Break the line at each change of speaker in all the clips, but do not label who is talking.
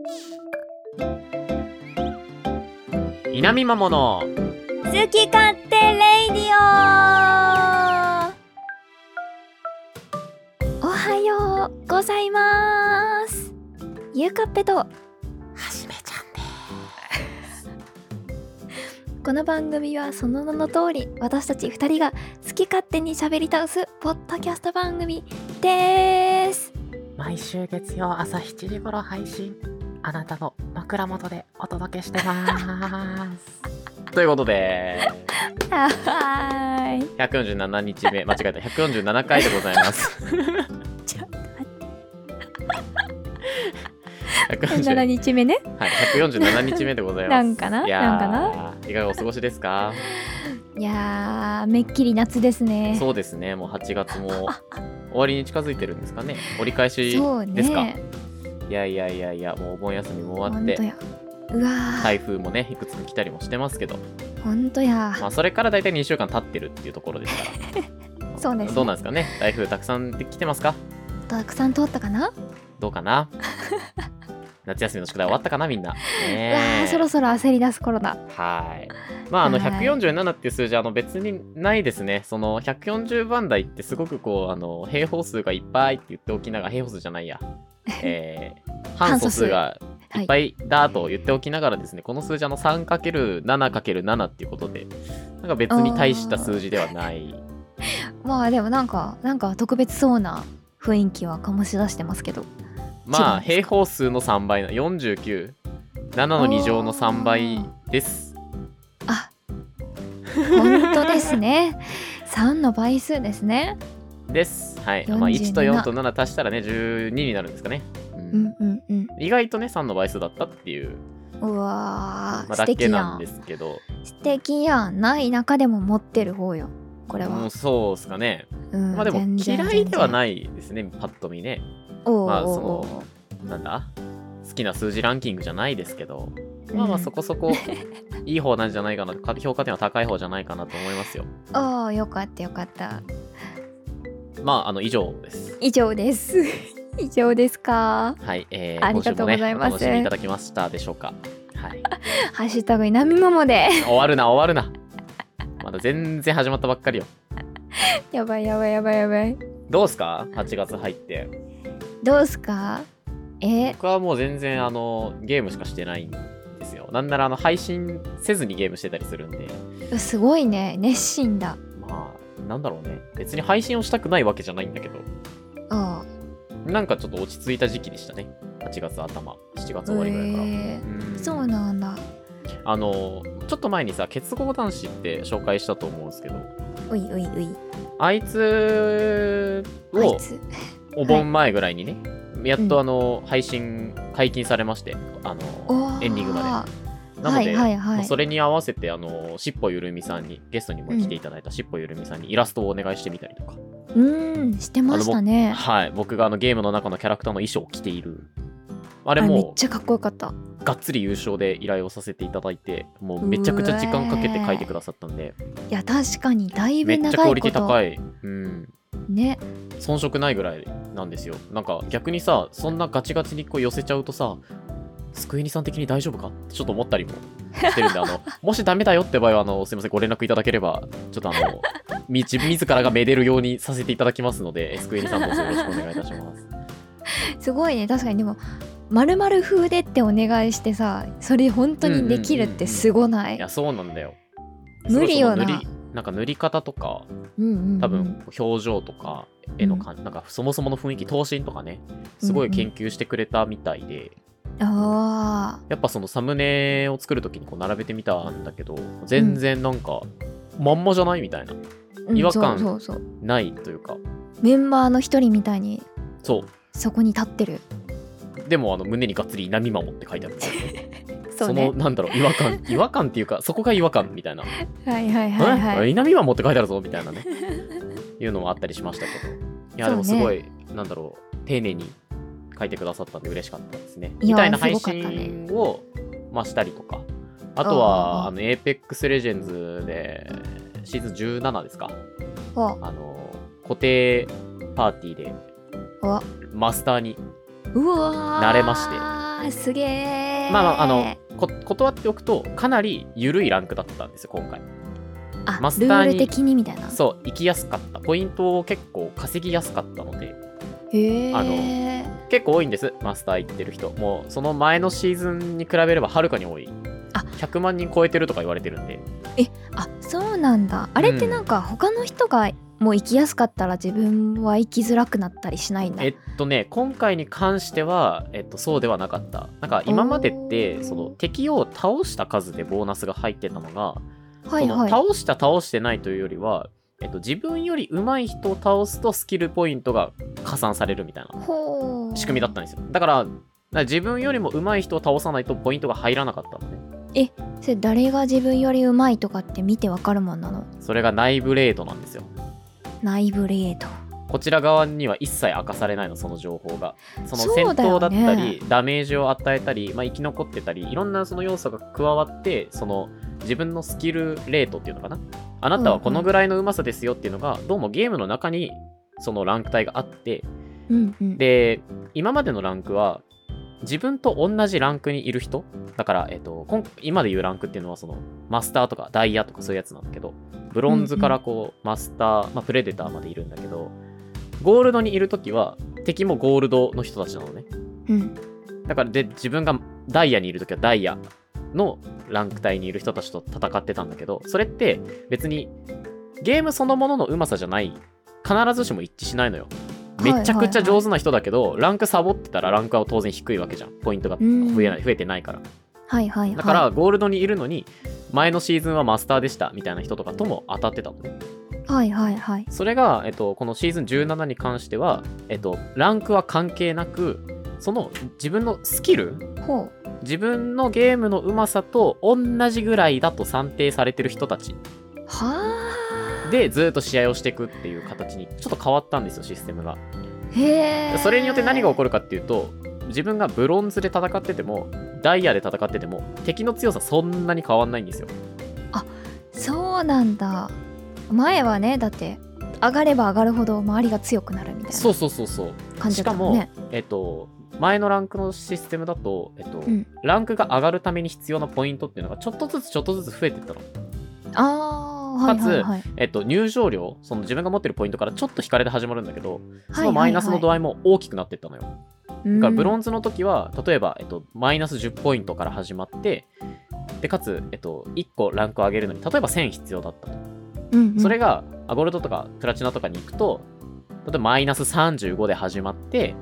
南マモの
好き勝手レイディオ。おはようございます。ゆうかっぺとは
じめちゃんです
この番組はその名の通り、私たち2人が好き勝手に喋り倒すポッドキャスト番組です。
毎週月曜朝7時頃配信、あなたの枕元でお届けしてますということで
はーい、
147日目、間違えた、147回でございます
ちょっと待って
147
7日目ね。
はい、147日目でございます。
なんかない
や
なんかな。
いかがお過ごしですか？
いやー、めっきり夏ですね。
そうですね、もう8月も終わりに近づいてるんですかね。折り返し
そう
ですか？
ね。
いや、もうお盆休みも終わって
ほんとや。うわー、
台風もねいくつも来たりもしてますけど、
ほんとや。
まあそれからだいたい2週間経ってるっていうところですから
そうですね。
どうなんですかね。台風たくさん来てますか？
たくさん通ったかな。
どうかな夏休みの宿題終わったかなみんな、
うわー、そろそろ焦り出す頃だ。
はい。まあ
はい
147っていう数字は別にないですね。その140番台ってすごくこう平方数がいっぱいって言っておきながら、平方数じゃないや、半素数がいっぱいだと言っておきながらですね、この数字3×7×7 っていうことで、なんか別に大した数字ではない。
まあでもなんか特別そうな雰囲気は醸し出してますけど。
まあ
違うんですか？
平方数の3倍の49、7の2乗の3倍です。
あ、本当ですね。3の倍数ですね。
です。はい。
47
まあ1と4と7足したらね12になるんですかね。
うんうんうん。
意外とね3の倍数だったっていう、
うわー、
だ
素敵や
けなん
ん。
ですけど、
素敵やん。ない中でも持ってる方よ。これは。
そうですかね。
うん、
まあでも
全然
嫌いではないですね、パッと見ね。
おー
まあ
おーおー
なんだ好きな数字ランキングじゃないですけど、
うん
まあそこそこいい方なんじゃないかな、評価点は高い方じゃないかなと思いますよ。
おー、よかったよかった。
まあ以上です。
以上です。以上ですか？
はい、
ありがとうございます
今週もねお楽しみいただけましたでしょうか？はい。
ハッシュタグになみももで。
終わるな。まだ全然始まったばっかりよ。
やばい。
どうすか？8月入って。
どうすか？
僕はもう全然ゲームしかしてないんですよ。なんなら配信せずにゲームしてたりするんで。
すごいね、熱心だ。
まあなんだろうね。別に配信をしたくないわけじゃないんだけど。
あ
なんかちょっと落ち着いた時期でしたね。8月頭、7月終わりぐらいから。
そうなんだ。
ちょっと前にさ、結合男子って紹介したと思うんですけど、
うい。
あいつをお盆前ぐらいにね、やっと配信解禁されまして、エンディングまで。なので、それに合わせてしっぽゆるみさんに、ゲストにも来ていただいたしっぽゆるみさんにイラストをお願いしてみたりとか。
してましたね。
はい、僕がゲームの中のキャラクターの衣装を着ている。あれも
めっちゃかっこよかった。
がっつり優勝で依頼をさせていただいて、もうめちゃくちゃ時間かけて書いてくださったんで。
いや確かにだいぶ長いこと。
めっちゃクオリティ高い。
ね。
遜色ないぐらいなんですよ。なんか逆にさ、そんなガチガチにこう寄せちゃうとさ、スクエニさん的に大丈夫かってちょっと思ったりもしてるんで、もしダメだよって場合はすいません、ご連絡いただければ、ちょっと自らがめでるようにさせていただきますので、スクエニさんどうぞよろしくお願いいたします。
すごいね、確かに。でも〇〇風でってお願いしてさ、それ本当にできるってすごない？
いや、そうなんだよ。
無理よな。
なんか塗り方とか、多分表情とか絵のなんかそもそもの雰囲気、頭身とかね、すごい研究してくれたみたいで、やっぱそのサムネを作るときにこう並べてみたんだけど、全然なんかまんまじゃないみたいな、違和感ないというか、
メンバーの一人みたいにそこに立ってる。
でも胸にがっつり稲見守って書いてあるんですよね。
そうね、
そのなんだろう、違和感っていうか、そこが違和感みたいな。稲見守って書いてあるぞみたいなねいうのもあったりしましたけど、いやでもすごい、なんだろう、丁寧に書いてくださったんで嬉しかったですね。みたいな配信を、したりとか、あとはApex Legends でシーズン17ですか、固定パーティーでマスターになれまして、
ーすげー。
まあ断っておくとかなり緩いランクだったんですよ今回。
マスターにルール的にみたいな。
そう行きやすかった、ポイントを結構稼ぎやすかったので、結構多いんです、マスター行ってる人。もうその前のシーズンに比べればはるかに多い。100万人超えてるとか言われてるんで。
そうなんだ。あれってなんか他の人がもう行きやすかったら自分は行きづらくなったりしないんだ。
今回に関しては、そうではなかった。なんか今までってその敵を倒した数でボーナスが入ってたのが、倒してないというよりは、自分より上手い人を倒すとスキルポイントが加算されるみたいな仕組みだったんですよ。だから自分よりも上手い人を倒さないとポイントが入らなかったのね。
それ誰が自分より上手いとかって見てわかるもんなの？
それが内部レートなんですよ。
内部レート。
こちら側には一切明かされないの、その情報が。その戦闘だったり、ダメージを与えたり、生き残ってたり、いろんなその要素が加わって、その自分のスキルレートっていうのかな、あなたはこのぐらいのうまさですよっていうのが、どうもゲームの中にそのランク帯があって、で今までのランクは自分と同じランクにいる人だから、今でいうランクっていうのはそのマスターとかダイヤとかそういうやつなんだけど、ブロンズからマスター、プレデターまでいるんだけど、ゴールドにいるときは敵もゴールドの人たちなのね。だから自分がダイヤにいるときはダイヤのランク帯にいる人たちと戦ってたんだけど、それって別にゲームそのもののうまさじゃない、必ずしも一致しないのよ。めちゃくちゃ上手な人だけど、ランクサボってたらランクは当然低いわけじゃん。ポイントが増えてないから。だからゴールドにいるのに前のシーズンはマスターでしたみたいな人とかとも当たってたのね。それが、このシーズン17に関しては、ランクは関係なく、その自分のスキル、自分のゲームのうまさと同じぐらいだと算定されてる人たちでずっと試合をしていくっていう形にちょっと変わったんですよ、システムが。それによって何が起こるかっていうと、自分がブロンズで戦っててもダイヤで戦ってても敵の強さそんなに変わんないんですよ。
そうなんだ。前はね、だって上がれば上がるほど周りが強くなるみたいな感じだったもんね。
しかも、前のランクのシステムだと、ランクが上がるために必要なポイントっていうのがちょっとずつ増えてったの。かつ、入場料、その自分が持ってるポイントからちょっと引かれて始まるんだけど、そのマイナスの度合いも大きくなっていったのよ。だからブロンズの時は例えば、マイナス10ポイントから始まって、でかつ、1個ランクを上げるのに例えば1000必要だったと。それがゴールドとかプラチナとかに行くと、例えばマイナス35で始まって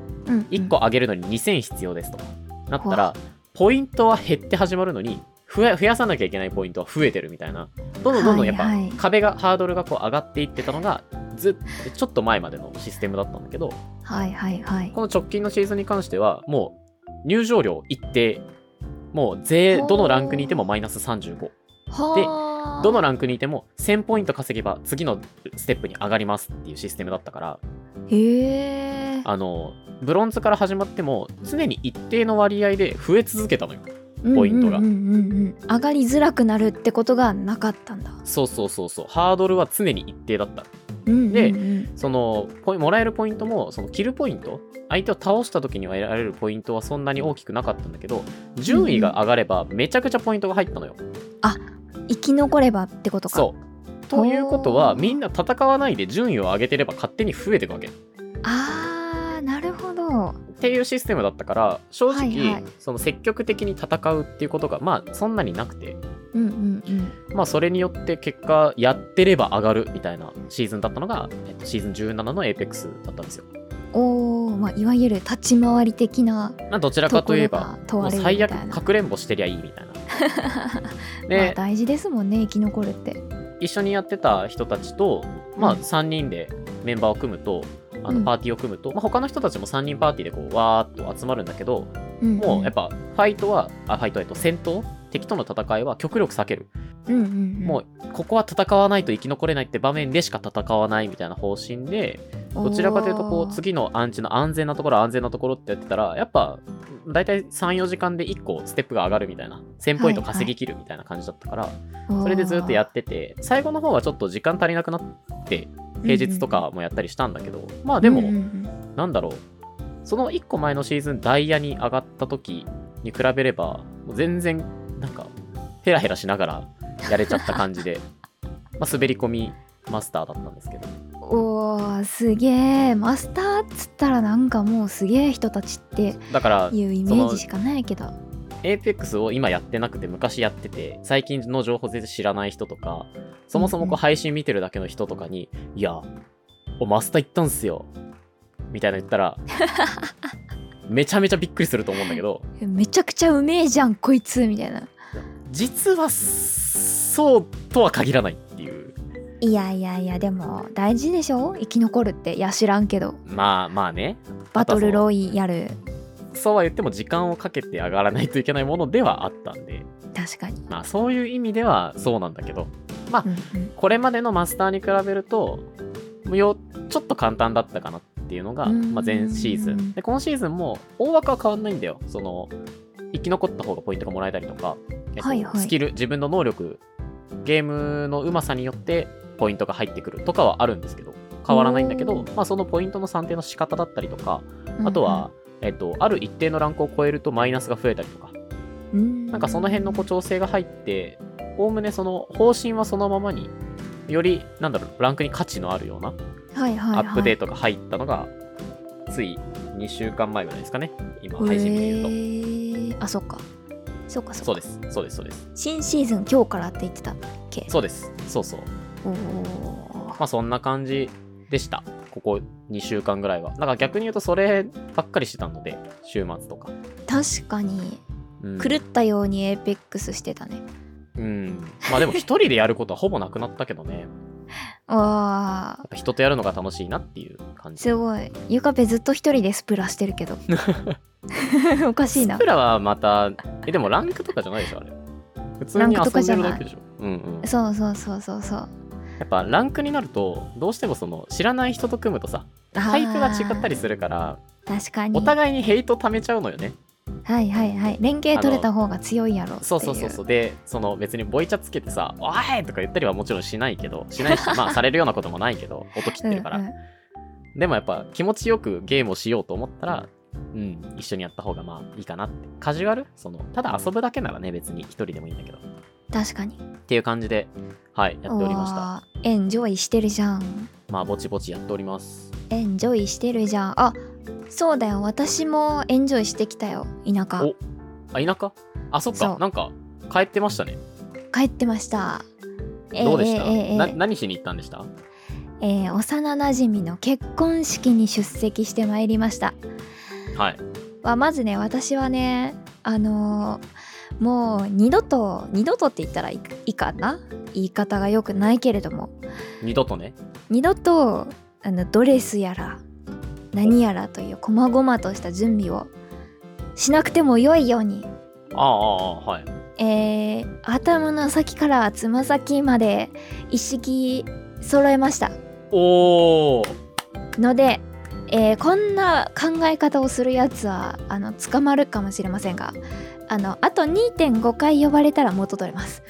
、1個上げるのに2000必要ですとなったら、ポイントは減って始まるのに増やさなきゃいけないポイントは増えてるみたいな、どんどんやっぱ壁が、ハードルが上がっていってたのがちょっと前までのシステムだったんだけど、この直近のシーズンに関してはもう入場料一定、もうどのランクにいてもマイナス35で、どのランクにいても1000ポイント稼げば次のステップに上がりますっていうシステムだったから、ブロンズから始まっても常に一定の割合で増え続けたのよ、ポイントが。
上がりづらくなるってことがなかったんだ。
そうハードルは常に一定だった。で、そのもらえるポイントも、そのキルポイント、相手を倒した時には得られるポイントはそんなに大きくなかったんだけど、順位が上がればめちゃくちゃポイントが入ったのよ。
生き残ればってことか。
そうということは、みんな戦わないで順位を上げてれば勝手に増えていくわけ。
なるほど
っていうシステムだったから、正直、その積極的に戦うっていうことがそんなになくて、それによって結果やってれば上がるみたいなシーズンだったのが、シーズン17のエイペックスだったんですよ。
いわゆる立ち回り的な、
どちらかといえばもう最悪かくれんぼしてりゃいいみたいな
で、大事ですもんね、生き残るって。
一緒にやってた人たちと、3人でメンバーを組むと、パーティーを組むと、他の人たちも3人パーティーでわーっと集まるんだけど、もうやっぱ戦闘、敵との戦いは極力避ける。もうここは戦わないと生き残れないって場面でしか戦わないみたいな方針で、どちらかというと次のアンチの安全なところってやってたら、やっぱだいたい 3,4 時間で1個ステップが上がるみたいな、1000ポイント稼ぎ切るみたいな感じだったから、それでずっとやってて、最後の方はちょっと時間足りなくなって平日とかもやったりしたんだけど、でも、なんだろう、その1個前のシーズンダイヤに上がった時に比べればもう全然なんかヘラヘラしながらやれちゃった感じでまあ滑り込みマスターだったんですけど。
おーすげえ。マスターっつったらなんかもうすげえ人たちって
だから
いうイメージしかないけど、
エーペックスを今やってなくて昔やってて最近の情報全然知らない人とか、そもそもこう配信見てるだけの人とかに、いやマスター行ったんすよみたいな言ったらめちゃめちゃびっくりすると思うんだけど、
めちゃくちゃうめえじゃんこいつみたいな。
実はそうとは限らないっていう。
いやでも大事でしょ生き残るって。いや知らんけど、
まあね、
バトルロイヤル、
そうは言っても時間をかけて上がらないといけないものではあったんで、
確かに
まあそういう意味ではそうなんだけど、まあ、これまでのマスターに比べるとちょっと簡単だったかなっていうのが、まあ、前シーズンで、今シーズンも大枠は変わんないんだよ。その生き残った方がポイントがもらえたりとか、スキル、自分の能力、ゲームのうまさによってポイントが入ってくるとかはあるんですけど、変わらないんだけど、まあ、そのポイントの算定の仕方だったりとか、あとは、ある一定のランクを超えるとマイナスが増えたりとか、なんかその辺の調整が入って、おおむねその方針はそのままによりランクに価値のあるようなアップデートが入ったのがつい2週間前ぐらいですかね、今配信見てると。
あ、そっか
そうです。
新シーズン今日からって言ってたっけ。
そうです。そうまあそんな感じでした、ここ2週間ぐらいは。だから逆に言うとそればっかりしてたので、週末とか
確かに、狂ったようにエーペックスしてたね。
まあでも一人でやることはほぼなくなったけどねやっぱ人とやるのが楽しいなっていう感じ。
すごい。ゆかぺずっと一人でスプラしてるけどおかしいな。
スプラはまたでもランクとかじゃないでしょ、あれ普通に遊んでるだけでしょ。
そう
やっぱランクになるとどうしてもその知らない人と組むとさ、タイプが違ったりするから、
確かに
お互いにヘイト溜めちゃうのよね。
連携取れた方が強いやろっていう。
そうで、その別にボイチャつけてさおいとか言ったりはもちろんしないしまあされるようなこともないけど音切ってるからでもやっぱ気持ちよくゲームをしようと思ったら一緒にやった方がまあいいかなって。カジュアル、ただ遊ぶだけならね別に一人でもいいんだけど、
確かに
っていう感じでやっておりました。
エンジョイしてるじゃん。
まあぼちぼちやっております。
エンジョイしてるじゃん。あ、そうだよ、私もエンジョイしてきたよ、田舎。
田舎？あ、そっか、なんか帰ってましたね。
帰ってました。
どうでした？何しに行ったんでした？
幼なじみの結婚式に出席してまいりました。まずね、私はね、もう二度とって言ったらいいかな、言い方が良くないけれども、二度とドレスやら何やらという細々とした準備をしなくても良いように、頭の先からつま先まで一式揃えましたので、こんな考え方をするやつは捕まるかもしれませんが、あと 2.5 回呼ばれたら元取れます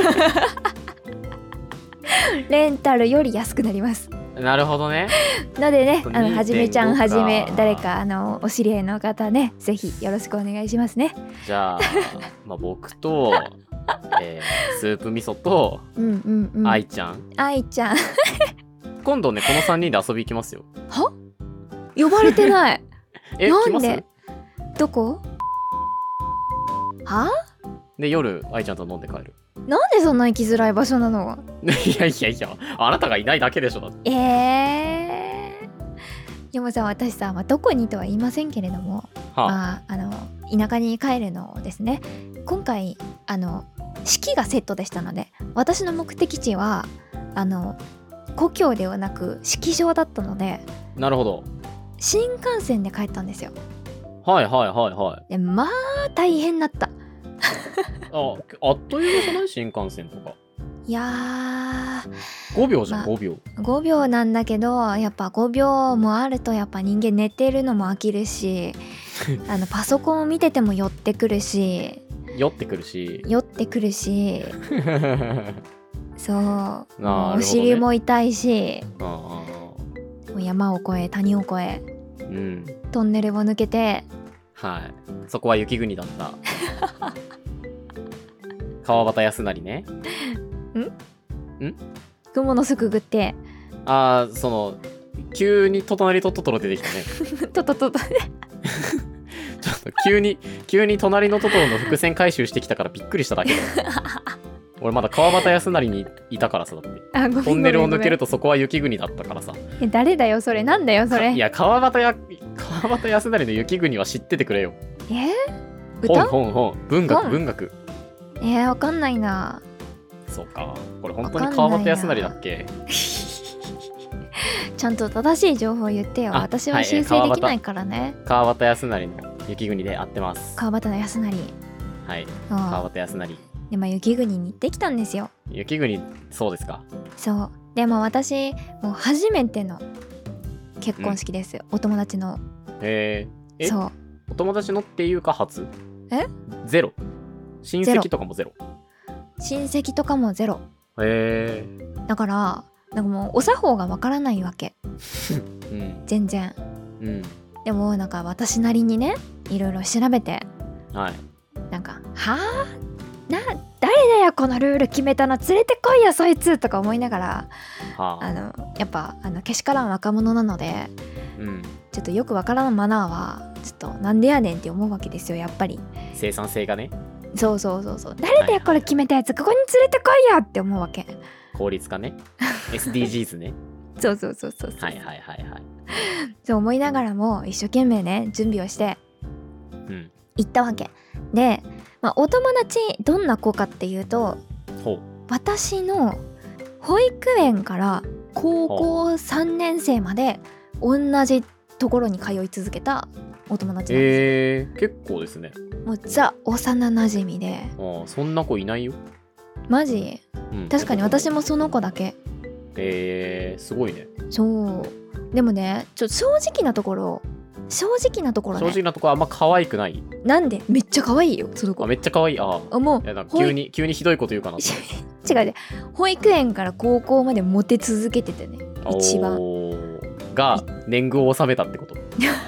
レンタルより安くなります。
なるほどね。
のでね、はじめちゃんはじめ誰かお知り合いの方ね、ぜひよろしくお願いしますね。
じゃあ、僕と、スープ味噌と愛ちゃん今度ねこの3人で遊び行きますよ。
は？呼ばれてない
なんで？
どこ？は？
で夜愛ちゃんと飲んで帰る。
なんでそんな行きづらい場所なの？
いやあなたがいないだけでしょ。だって
でもさ、私さ、どこにとは言いませんけれども、田舎に帰るのをですね、今回式がセットでしたので、私の目的地は故郷ではなく式場だったので、
なるほど、
新幹線で帰ったんですよ。でまあ大変だった
あっという間じゃない？新幹線とか。
いや
ー5秒じゃん、5
秒なんだけど、やっぱ5秒もあるとやっぱ人間寝てるのも飽きるしパソコンを見てても寄ってくるしそうお尻も痛いし、もう山を越え谷を越え、トンネルを抜けて
はい、そこは雪国だった川端康成ね。ん
雲の巣くぐって、
ああ、その急にト隣とトトロ出てきたね
トトトト
ちょっと急に隣のトトロの伏線回収してきたからびっくりしただけだ俺まだ川端康成にいたからさ。だってトンネルを抜けるとそこは雪国だったからさ。
誰だよそれ、なんだよそれ。
いや川端康成の雪国は知っててくれよ。
歌？
本文学
わかんないな。
そうか、これ本当に川端康成だっけ
ちゃんと正しい情報言ってよ。私は修正できないからね。
川端康成の雪国で合ってます。
川端の康成。
はい、川端康成
で、雪国に行ってきたんですよ。
雪国、そうですか。
そうでも私もう初めての結婚式です、お友達の。そう
お友達のっていうか初？ゼロ？親戚とかもゼロ？
親戚とかもゼロ。だからなんかもうお作法がわからないわけ全然、でもなんか私なりにねいろいろ調べて、なんか誰だよこのルール決めたの、連れてこいよそいつとか思いながら、やっぱけしからん若者なので、ちょっとよくわからんマナーはちょっとなんでやねんって思うわけですよ、やっぱり。
生産性がね。
そう誰だよこれ決めたやつ、ここに連れてこいよって思うわけ。
効率化ねSDGs ね
そう
はい
そう思いながらも一生懸命ね準備をして行ったわけで、お友達どんな子かっていうと、私の保育園から高校3年生まで同じところに通い続けたお友達なんです。
結構ですね。
もうザ幼なじみで。
そんな子いないよ。
マジ？確かに私もその子だけ。
すごいね。
そうでもね、正直なところね。正直なところ
あんま可愛くない。
なんで？めっちゃ可愛いよその子。
めっちゃ可愛い。
もう
急にひどいこと言うかな
違うで、保育園から高校までモテ続けててね、一番
が年貢を納めたってこと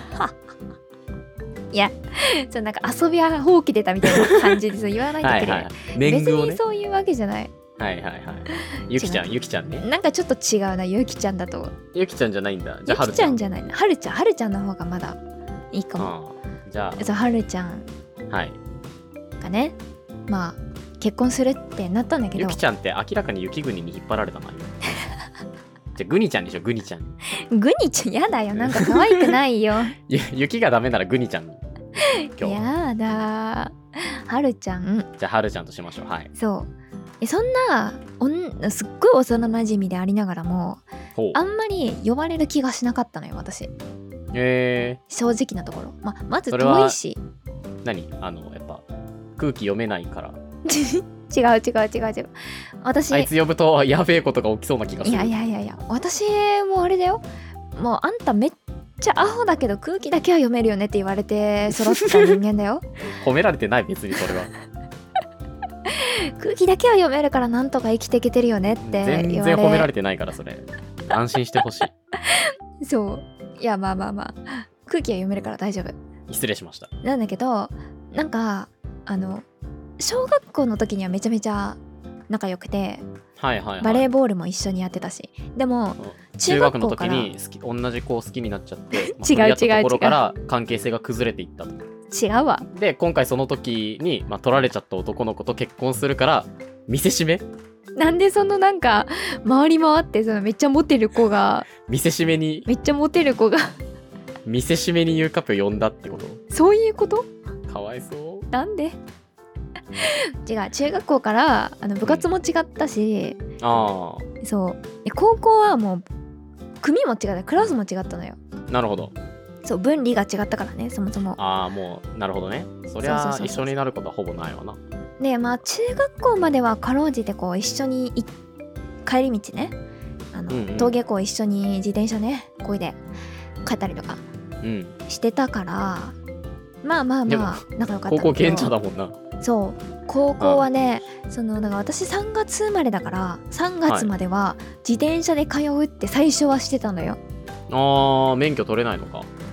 いや、なんか遊びは放棄出たみたいな感じで言わないでくれ年貢を、ね、別にそういうわけじゃない。
ゆきちゃんね。
なんかちょっと違うな、ゆきちゃんだと。
ゆきちゃんじゃないんだ。
じゃあゆきちゃんじゃないな、はるちゃんの方がまだいいかも。
じゃあ
はるちゃんがね、結婚するってなったんだけど、
ゆきちゃんって明らかに雪国に引っ張られたなじゃあグニちゃんでしょ。グニちゃん
やだよ、なんか可愛くないよ
雪がダメならグニちゃん
やだ、はるちゃん。
じゃあはるちゃんとしましょう。
そうそんなすっごい幼なじみでありながらもあんまり呼ばれる気がしなかったのよ私。正直なところ、まず遠いし。
何やっぱ空気読めないから
違う私
あいつ呼ぶとやべえことが起きそうな気がする。
いや私もあれだよ、もうあんためっちゃアホだけど空気だけは読めるよねって言われて育った人間だよ
褒められてない、別にそれは
空気だけは読めるからなんとか生きていけてるよねって言われ。
全然褒められてないから、それ安心してほしい
そういや空気は読めるから大丈夫。
失礼しました。
なんだけど、なんか小学校の時にはめちゃめちゃ仲良くて、バレーボールも一緒にやってたし、でも
中学の時に同じ子を好きになっちゃって
違う
ところから関係性が崩れていったと。
違うわ。
で今回その時に、取られちゃった男の子と結婚するから見せしめ。
なんでそのなんか回り回ってめっちゃモテる子が
見せしめに
めっちゃモテる子が
見せしめにユーカップ呼んだってこと？
そういうこと？
かわいそう。
なんで違う、中学校から部活も違ったし、そうで高校はもう組も違った、クラスも違ったのよ。
なるほど。
そう分離が違ったからね、そもそも。
もうなるほどね。そりゃ一緒になることはほぼないわな。
で中学校まではかろうじて一緒に帰り道ね、登下校一緒に自転車ねこいで帰ったりとかしてたから、仲良かった。
高校賢者だもんな。
そう高校はね、だから私3月生まれだから3月までは自転車で通うって最初はしてたのよ。
免許取れないのか。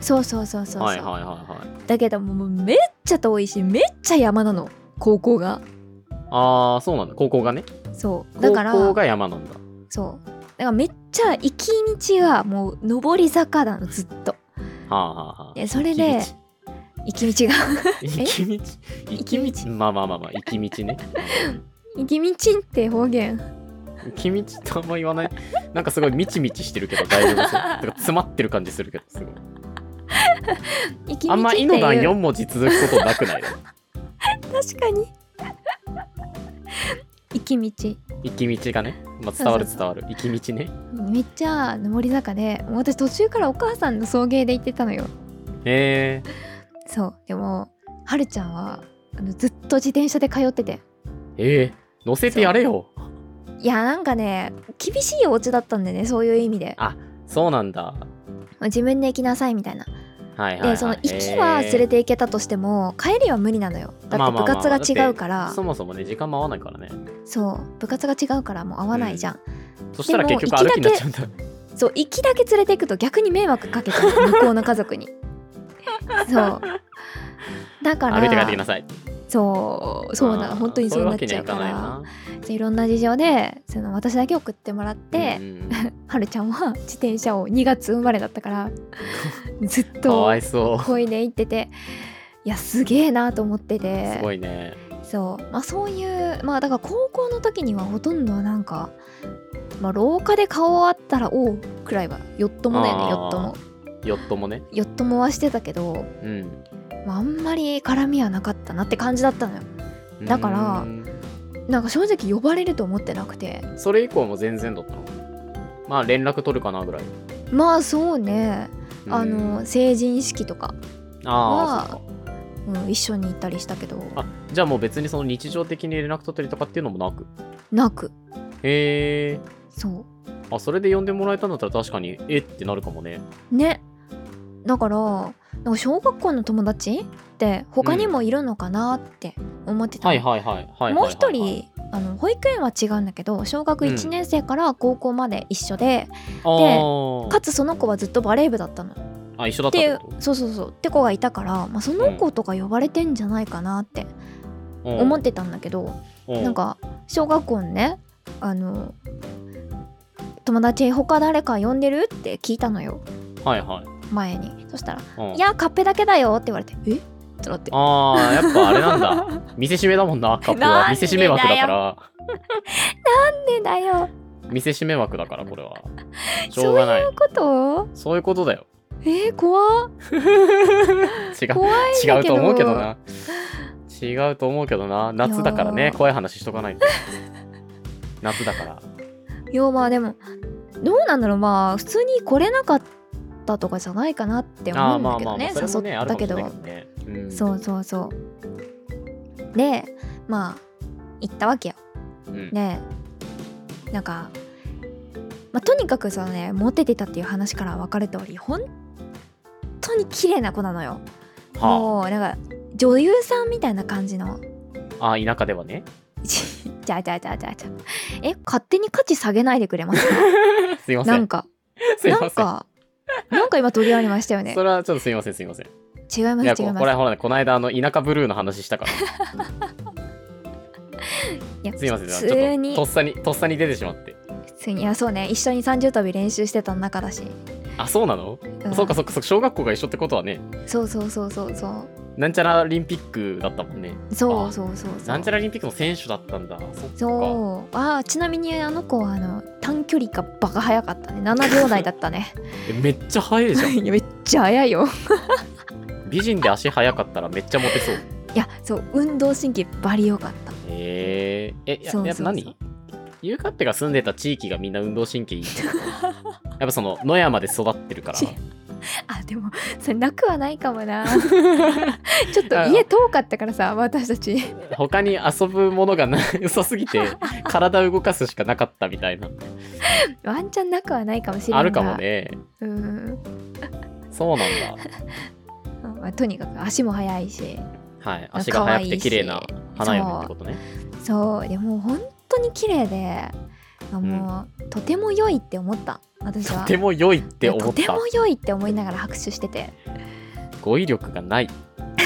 そうそうそうそうそう、
はいはいはいはい。
だけどもうめっちゃ遠いしめっちゃ山なの高校が。
ああそうなんだ、高校がね。
そうだから
高校が山なんだ。
そうだからめっちゃ行き道がもう上り坂なのずっと。
はあはあはあ。
でそれで行き道が
行き道まあまあまあまあ行き道ね。
行き道って方言。
行き道ってあんま言わない。なんかすごいみちみちしてるけど大丈夫そう。なんか詰まってる感じするけどすごい。
行き道っていう
あんまいの段4文字続くことなくない？
確かに。行き道。
行き道がね、まあ、伝わる伝わる。行き道ね。
めっちゃ上り坂で、もう私途中からお母さんの送迎で行ってたのよ。
へえ。
そうでもはるちゃんはずっと自転車で通ってて。
乗せてやれよ。
いやなんかね厳しいお家だったんでね、そういう意味で。
あ、そうなんだ。
自分で行きなさいみたいな。
はいはいはい、
でその行きは連れて行けたとしても帰りは無理なのよ。だって部活が違うから、
そもそもね時間も合わないからね。
そう部活が違うからもう合わないじゃん、
そしたら結局歩きになっちゃうんだ。
そう行きだけ連れて行くと逆に迷惑かけちゃう向こうの家族に。そうだから
歩いて帰ってきなさい。
そうだ本当にそうなっちゃうから、いろんな事情でその私だけ送ってもらって、はるちゃんは自転車を2月生まれだったからずっと漕いで行ってて、いやすげえなと思ってて。
すごいね。
そうまあそういうまあだから高校の時にはほとんどなんかまあ廊下で顔あったらおうくらいはヨットもだよね。ヨットもね。ヨットもはしてたけど、まあ、あんまり絡みはなかったなって感じだったのよ。だからなんか正直呼ばれると思ってなくて。
それ以降も全然だったの？まあ連絡取るかなぐらい。
まあそうね、成人式とかは一緒に行ったりしたけど。
あ、じゃあもう別にその日常的に連絡取ったりとかっていうのも
なく。
へえ。
そう。
あ、それで呼んでもらえたんだったら確かにってなるかもね。
ね。だからなんか小学校の友達って他にもいるのかなって思ってたの。もう一人保育園は違うんだけど小学1年生から高校まで一緒で、でかつその子はずっとバレー部だったの。
あ、一緒だったってこと？
そうって子がいたから、まあ、その子とか呼ばれてんじゃないかなって思ってたんだけど、なんか小学校のね友達他誰か呼んでるって聞いたのよ。前に。そしたらいやカッペだけだよって言われて、ってなって。
やっぱあれなんだ。見せしめだもんな、カッペは。見せしめ枠だから。
なんでだよ。
見せしめ枠だからこれはしょうがない。
そういうこと？
そういうことだよ。
怖っ。
違うと思うけどな。違うと思うけどな。夏だからね、怖い話しとかないと。夏だから。
いやまあでもどうなんだろう、まあ普通に来れなかったとかじゃないかなって思うんだけどね。誘ったけど、そうでまあ行ったわけよ。でなんか、まあ、とにかくさねモテてたっていう話から分かる通り本当に綺麗な子なのよ。もうなんか女優さんみたいな感じの。
田舎ではね。
じゃ勝手に価値下げないでくれますか？
すいません。
なんか今取りありましたよね。
それはちょっとすいません。違います。これほらね、この間田舎ブルーの話したから。すいません。ちょっととっさに出てしまって。
普通にそうね、一緒に30跳び練習してた中だし。
あ、そうなの？そうか小学校が一緒ってことはね。
そう
なんちゃらリンピックだったもんね。
そう
なんちゃらリンピックの選手だったんだ。
ちなみにあの子は短距離がバカ速かったね。7秒台だったね。
めっちゃ速いじゃん。
めっちゃ速いよ。
美人で足速かったらめっちゃモテそう。
いやそう運動神経バリ良かった。
やっぱ何？ゆうかっぺが住んでた地域がみんな運動神経いい。やっぱその野山で育ってるから。
でもそれなくはないかもな。ちょっと家遠かったからさ、私たち
他に遊ぶものが良さすぎて体動かすしかなかったみたいな。
ワンチャンなくはないかもしれない。
あるかもね。そうなん
だ。とにかく足も速いし、
足が速くて綺麗な花嫁ってことね。
そうでも本当に綺麗で、 もうとても良いって思った。私は
とても良いって思った。
とても良いって思いながら拍手してて、
語彙力がない。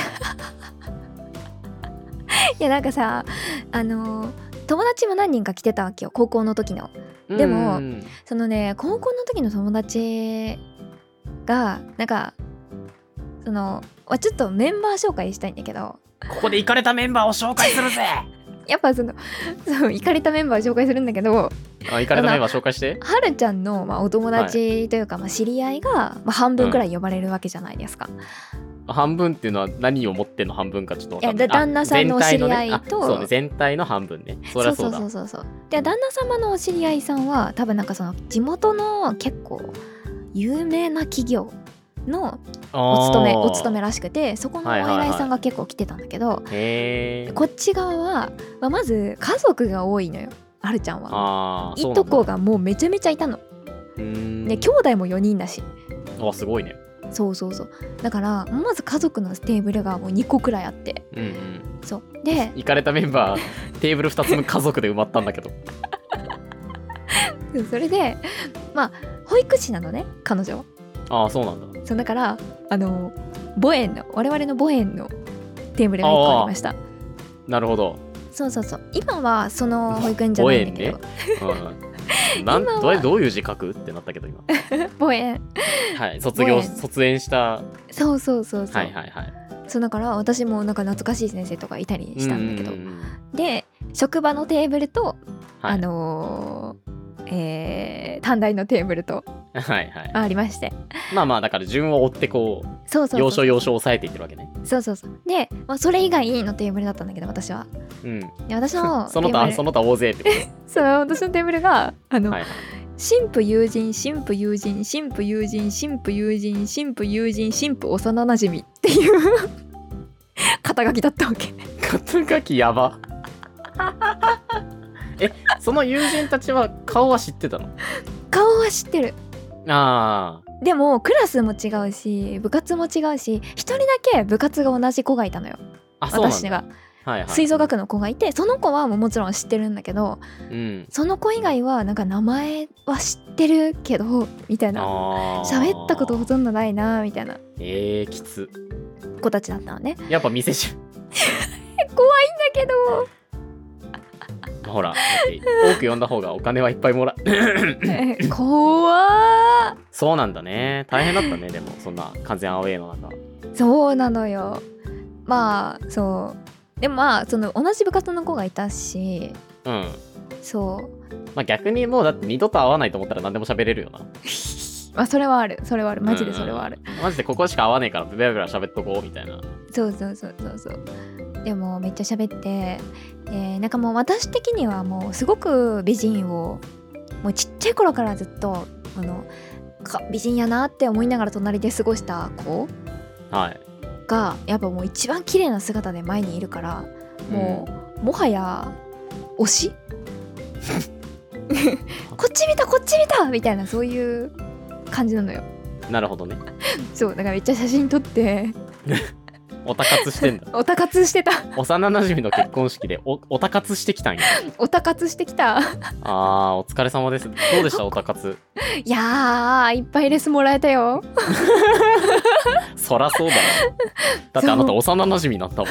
いやなんかさ、友達も何人か来てたわけよ、高校の時の。でもそのね、高校の時の友達がなんかちょっとメンバー紹介したいんだけど、
ここでイカれたメンバーを紹介するぜ。
やっぱそうイカれたメンバー紹介するんだけど、
イカれたメンバー紹介して。
はるちゃんの、お友達というか、知り合いが、半分くらい呼ばれるわけじゃないですか。
半分っていうのは何を持ってんの半分かちょっと分かんない。
旦那さんのお知り合いと、
そうね、全体の半分ね。そりゃそうだ。
そうで、旦那様のお知り合いさんは多分なんか地元の結構有名な企業のお勤めらしくて、そこのお偉いさんが結構来てたんだけど、こっち側は、まず家族が多いのよ、はるちゃんは。いとこがもうめちゃめちゃいたの。で兄弟も4人だし。
すごいね。
そうだからまず家族のテーブルがもう2個くらいあって、そうで
行かれたメンバーテーブル2つ分家族で埋まったんだけど。
それで保育士なのね、彼女。
そうなんだ。
そうだから我々の母園のテーブルが1個ありました。
なるほど。
そう今はその保育園じゃないんだけど、
どういう字書くってなったけど今。
母園。
はい、卒園した。
そう。
はい。
そうだから私もなんか懐かしい先生とかいたりしたんだけど、で職場のテーブルと、短大のテーブルとありまして、
だから順を追ってこう要所要所押さえていってるわけね。そう
で、それ以外のテーブルだったんだけど、私は。で私の
その他大勢ってこと。
そう、私のテーブルが新婦友人、新婦友人、新婦友人、新婦友人、新婦友人、新婦幼なじみっていう肩書きだったわけ。
肩書きやば。その友人たちは顔は知ってたの？
顔は知ってる。でもクラスも違うし部活も違うし、一人だけ部活が同じ子がいたのよ。私が吹奏楽の子がいて、その子はもちろん知ってるんだけど、その子以外はなんか名前は知ってるけどみたいな、喋ったことほとんどないなみたいな
きつ
子たちだったのね。
やっぱ店じゃん。
怖いんだけど。
ほら、多く呼んだ方がお金はいっぱいもらう。
怖ー。
そうなんだね。大変だったね。でもそんな完全アウェーの中。
そうなのよ。そうでもその同じ部活の子がいたし、そう。
逆にもうだって二度と会わないと思ったら何でも喋れるよな。
それはあるマジでそれはある。
マジでここしか会わねえからブラブラ喋っとこうみたいな。そう。
でもめっちゃ喋って、なんかもう私的にはもうすごく美人をもうちっちゃい頃からずっと美人やなって思いながら隣で過ごした子がやっぱもう一番綺麗な姿で前にいるから、もはや推しこっち見たみたいな、そういう感じなのよ。
なるほどね。
そうだからめっちゃ写真撮って
オタ活してんだ。
オタ活してた。
幼なじみの結婚式でオタ活してきたんや。
オタ活してきた。
お疲れ様です。どうでしたオタ活？
いやー、いっぱいレスもらえたよ。
そらそうだな。だってあなた幼なじみになったもん。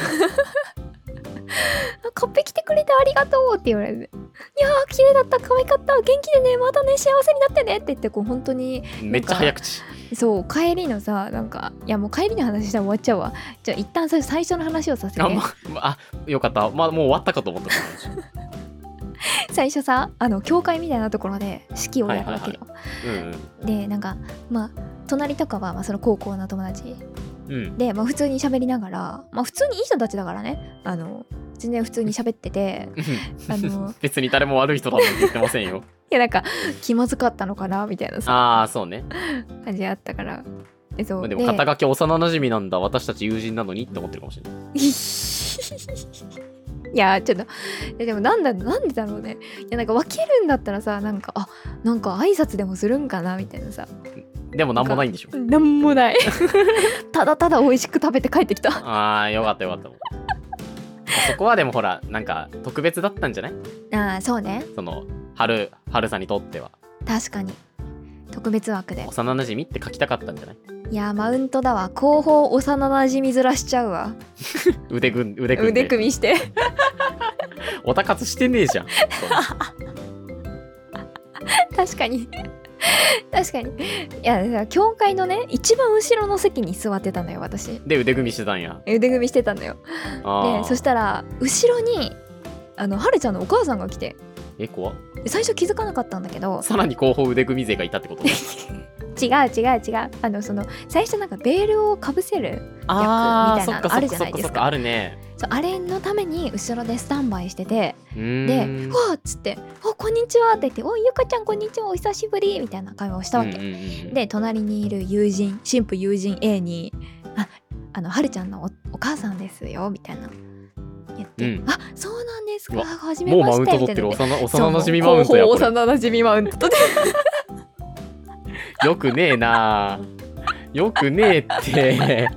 カッペ来てくれてありがとうって言われて、いやー綺麗だった、可愛かった、元気でね、またね幸せになってねって言って、こう本当に
めっちゃ早口。
そう、帰りのさ、なんかいやもう帰りの話したら終わっちゃうわ。じゃあ一旦最初の話をさせて。
よかった。もう終わったかと思った。
最初さ、教会みたいなところで式をやるわけよ。でなんか隣とかはその高校の友達、で普通に喋りながら、普通にいい人たちだからね、全然普通に喋ってて
別に誰も悪い人だと言ってませんよ。
いやなんか気まずかったのかなみたいなさ、
そうね、
感じあったから。でも
肩書き幼なじみなんだ、私たち友人なのにって思ってるかもしれない。
いやちょっとでもなんでだろうね。いやなんか分けるんだったらさ、なんか挨拶でもするんかなみたいなさ。
でもなんもないんでしょ。
なんもない。ただただ美味しく食べて帰ってきた。
よかった。 そこはでもほらなんか特別だったんじゃない？
ああそうね。
その春さんにとっては
確かに特別枠で
幼馴染って書きたかったんじゃない？
いやマウントだわ。後方幼馴染ずらしちゃうわ。
腕組
みして
おたかつしてねえじゃん。
確かにいや教会のね一番後ろの席に座ってたのよ私
で。腕組みしてたんや。
腕組みしてたのよ。でそしたら後ろにはるちゃんのお母さんが来て、
怖っ。
最初気づかなかったんだけど、
さらに後方腕組み勢がいたってこと？
違うその最初なんかベールをかぶせる役みたいなのあるじゃないですか。
あるね。
そうあれのために後ろでスタンバイしてて、でわーっつってこんにちはって言って、おいゆかちゃんこんにちはお久しぶりみたいな会話をしたわけ、で隣にいる新婦友人 A にはるちゃんの お母さんですよみたいな言って、あそうなんですか、はじめましてみたいな。もうマウント取ってる。幼馴染マウントやこれ。幼馴染マウント
よくねえな。よくねえって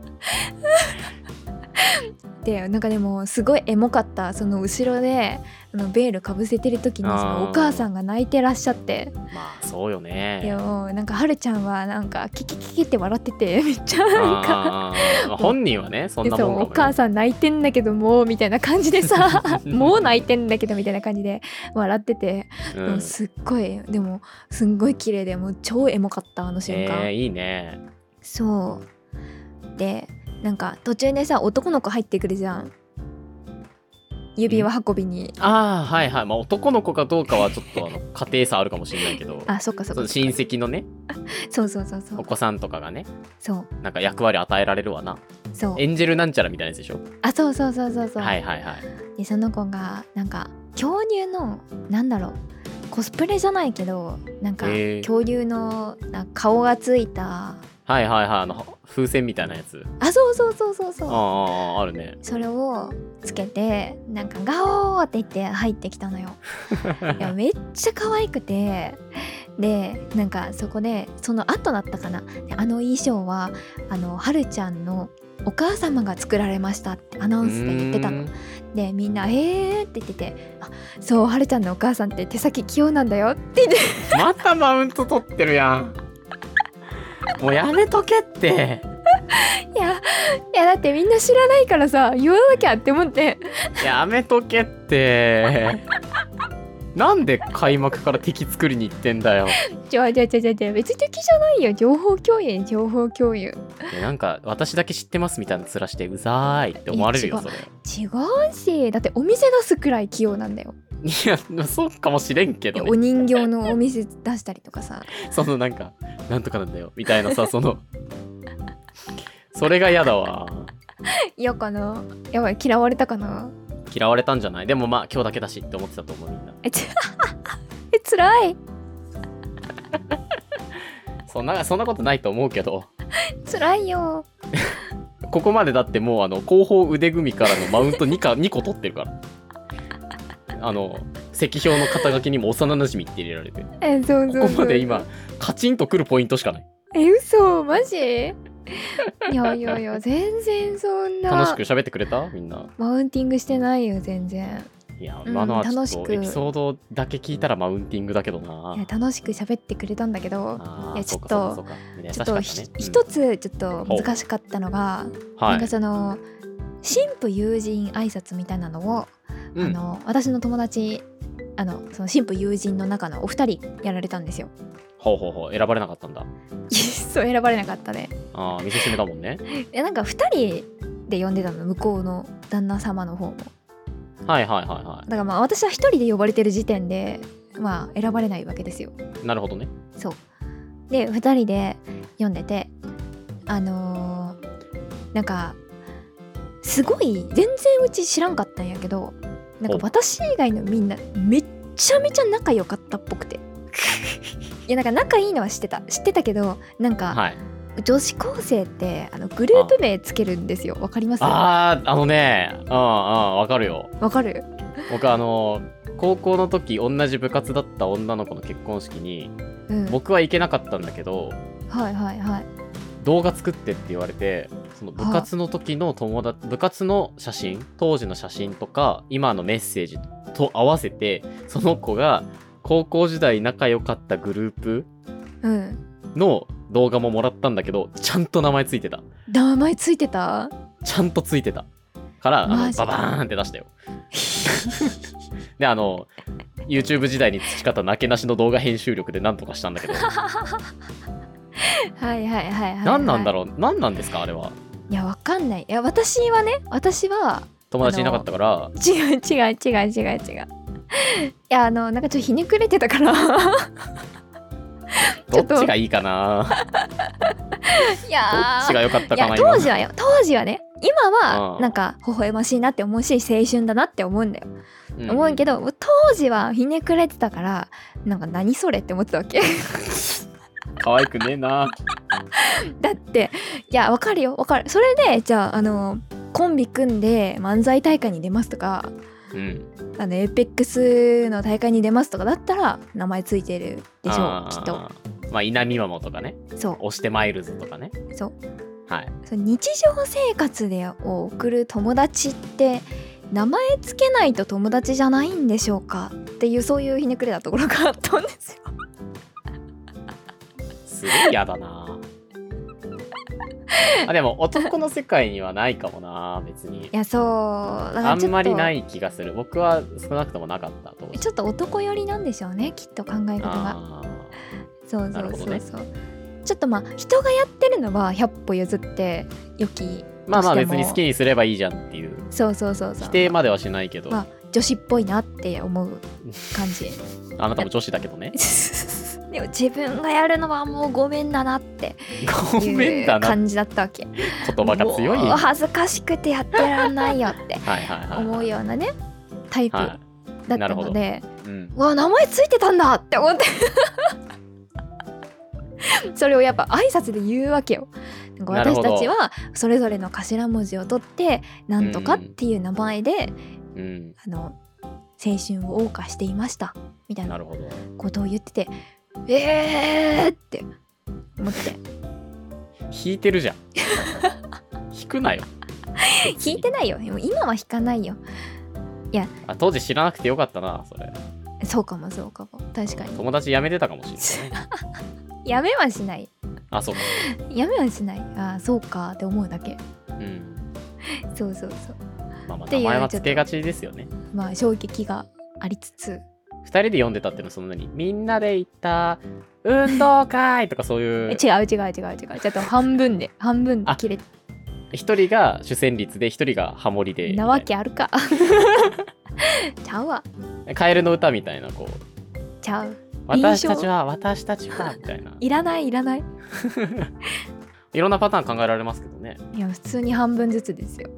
でなんかでもすごいエモかった。その後ろでベールかぶせてる時にそのお母さんが泣いてらっしゃって、
まあそうよね。
でもなんかはるちゃんはなんかキキキキって笑ってて、めっちゃなんか
本人はねそんなもんかも、ね、
お母さん泣いてんだけどもみたいな感じでさもう泣いてんだけどみたいな感じで笑ってて、すっごいでもすんごい綺麗でもう超エモかったあの瞬間。
いいね。
そうでなんか途中でさ男の子入ってくるじゃん、指輪運びに。
はいはい。まあ男の子かどうかはちょっと家庭差あるかもしれないけど
そっか親
戚のね
そう
お子さんとかがね、
そう
なんか役割与えられるわな。
そう
エンジェルなんちゃらみたいなやつでしょ。
そう
はいはいはい。
でその子がなんか恐竜のなんだろうコスプレじゃないけどなんか恐竜の顔がついた
風船みたいなやつ。
そう
あるね。
それをつけてなんかガオーって言って入ってきたのよ。いやめっちゃ可愛くて、でなんかそこでその後だったかな、衣装ははるちゃんのお母様が作られましたってアナウンスで言ってたので、みんなって言ってて、そうはるちゃんのお母さんって手先器用なんだよって言って
またマウント取ってるやん。もうやめとけって
いやだってみんな知らないからさ言わなきゃって思って。
やめとけってなんで開幕から敵作りに行ってんだよ。
別に敵じゃないよ。情報共有。
なんか私だけ知ってますみたいな面してうざーいって思われるよ。それ
違うし、だってお店出すくらい器用なんだよ。
いやそうかもしれんけど、ね、
お人形のお店出したりとかさ
そのなんかなんとかなんだよみたいなさそれが嫌だわ。
嫌かな。やばい、嫌われたかな。
嫌われたんじゃない？でもまあ今日だけだしって思ってたと思うみんな。
つらい
そんなことないと思うけど。
つらいよ。
ここまでだってもう後方腕組みからのマウント2個取ってるから。石標の肩書きにも幼馴染って入れられて。そうここまで今カチンとくるポイントしかない。
嘘マジ？いや全然そんな
楽しく喋ってくれた？みんな
マウンティングしてないよ全然。
いや今のはちょっとエピソードだけ聞いたらマウンティングだけどな。
いや楽しく喋ってくれたんだけど、いやちょっと一つちょっと難しかったのが、なんかその新婦友人挨拶みたいなのを、私の友達その新婦友人の中のお二人やられたんですよ。
ほう選ばれなかったんだ。
そう選ばれなかったね。
見せしめだもんね。
なんか2人で呼んでたの、向こうの旦那様の方も。だからまあ私は1人で呼ばれてる時点でまあ選ばれないわけですよ。
なるほどね。
そうで2人で呼んでてなんかすごい全然うち知らんかったんやけど、なんか私以外のみんなめっちゃめちゃ仲良かったっぽくていやなんか仲いいのは知ってたけど、なんか、女子高生ってグループ名つけるんですよ。わかります？
わかるよ。
わかる？
僕高校の時同じ部活だった女の子の結婚式に、僕は行けなかったんだけど、 動画作ってって言われて、その部活の時の部活の写真、当時の写真とか今のメッセージと合わせて、その子が高校時代仲良かったグループの動画ももらったんだけど、ちゃんと名前ついてた。
名前ついてた？
ちゃんとついてたからババーンって出したよ。でYouTube 時代に培ったなけなしの動画編集力でなんとかしたんだけど。
はいはいはいはい、
何なんだろう、何なんですかあれは。
いやわかんない。いや私は
友達いなかったから。
違う。いやなんかちょっとひねくれてたから。
どっちがいいかな。
いや
どっちが良かったかな。
当時はね、今はなんか微笑ましいなって思うし、青春だなって思うんだよ、思うけど、当時はひねくれてたから、なんか何それって思ってたわけ。
可愛くねえな。
だっていやわかるよ。それでじゃあコンビ組んで漫才大会に出ますとか、エーペックスの大会に出ますとかだったら名前ついてるでしょう、きっと。
まあ稲見マモとかね、
そう
押してマイルズとかね。
そう、
はい、
そう日常生活で送る友達って名前つけないと友達じゃないんでしょうかっていう、そういうひねくれたところがあったんですよ。
すごい嫌だな。でも男の世界にはないかもな、別に。
いやそう
あんまりない気がする。僕は少なくともなかったと。
ちょっと男寄りなんでしょうね、きっと考え方が。そう、ね、ちょっとまあ人がやってるのは100歩譲って良き。
まあ別に好きにすればいいじゃんっていう。
そう
否定まではしないけど、
まあ、女子っぽいなって思う感じ。
あなたも女子だけどね。
でも自分がやるのはもうごめんだなっていう感じだったわけ。
言葉が強い。
もう恥ずかしくてやってらんないよって思うようなねタイプだったので、わ名前ついてたんだって思って。それをやっぱ挨拶で言うわけよ。私たちはそれぞれの頭文字を取ってなんとかっていう名前で、青春を謳歌していましたみたいなことを言ってて、って思って。
弾いてるじゃん。弾くなよ。
弾いてないよ。でも今は弾かないよ。いや
当時知らなくてよかったな、それ。
そうかも確かに。
友達辞めてたかもしれない。
辞めはしない。
あ、そうか。
辞めはしない。あ、そうかって思うだけ。そう。
まあ名前はつけがちですよね。
まあ衝撃がありつつ。
2人で読んでたっていうのはそんなにみんなで行った運動会とかそういう。
違う。ちょっと半分で切れて。
1人が主旋律で1人がハモリで。
なわけあるか。ちゃうわ。
カエルの歌みたいなこう。
ちゃう。
私たちはみたいな。
いらない。
いろんなパターン考えられますけどね。
いや普通に半分ずつですよ。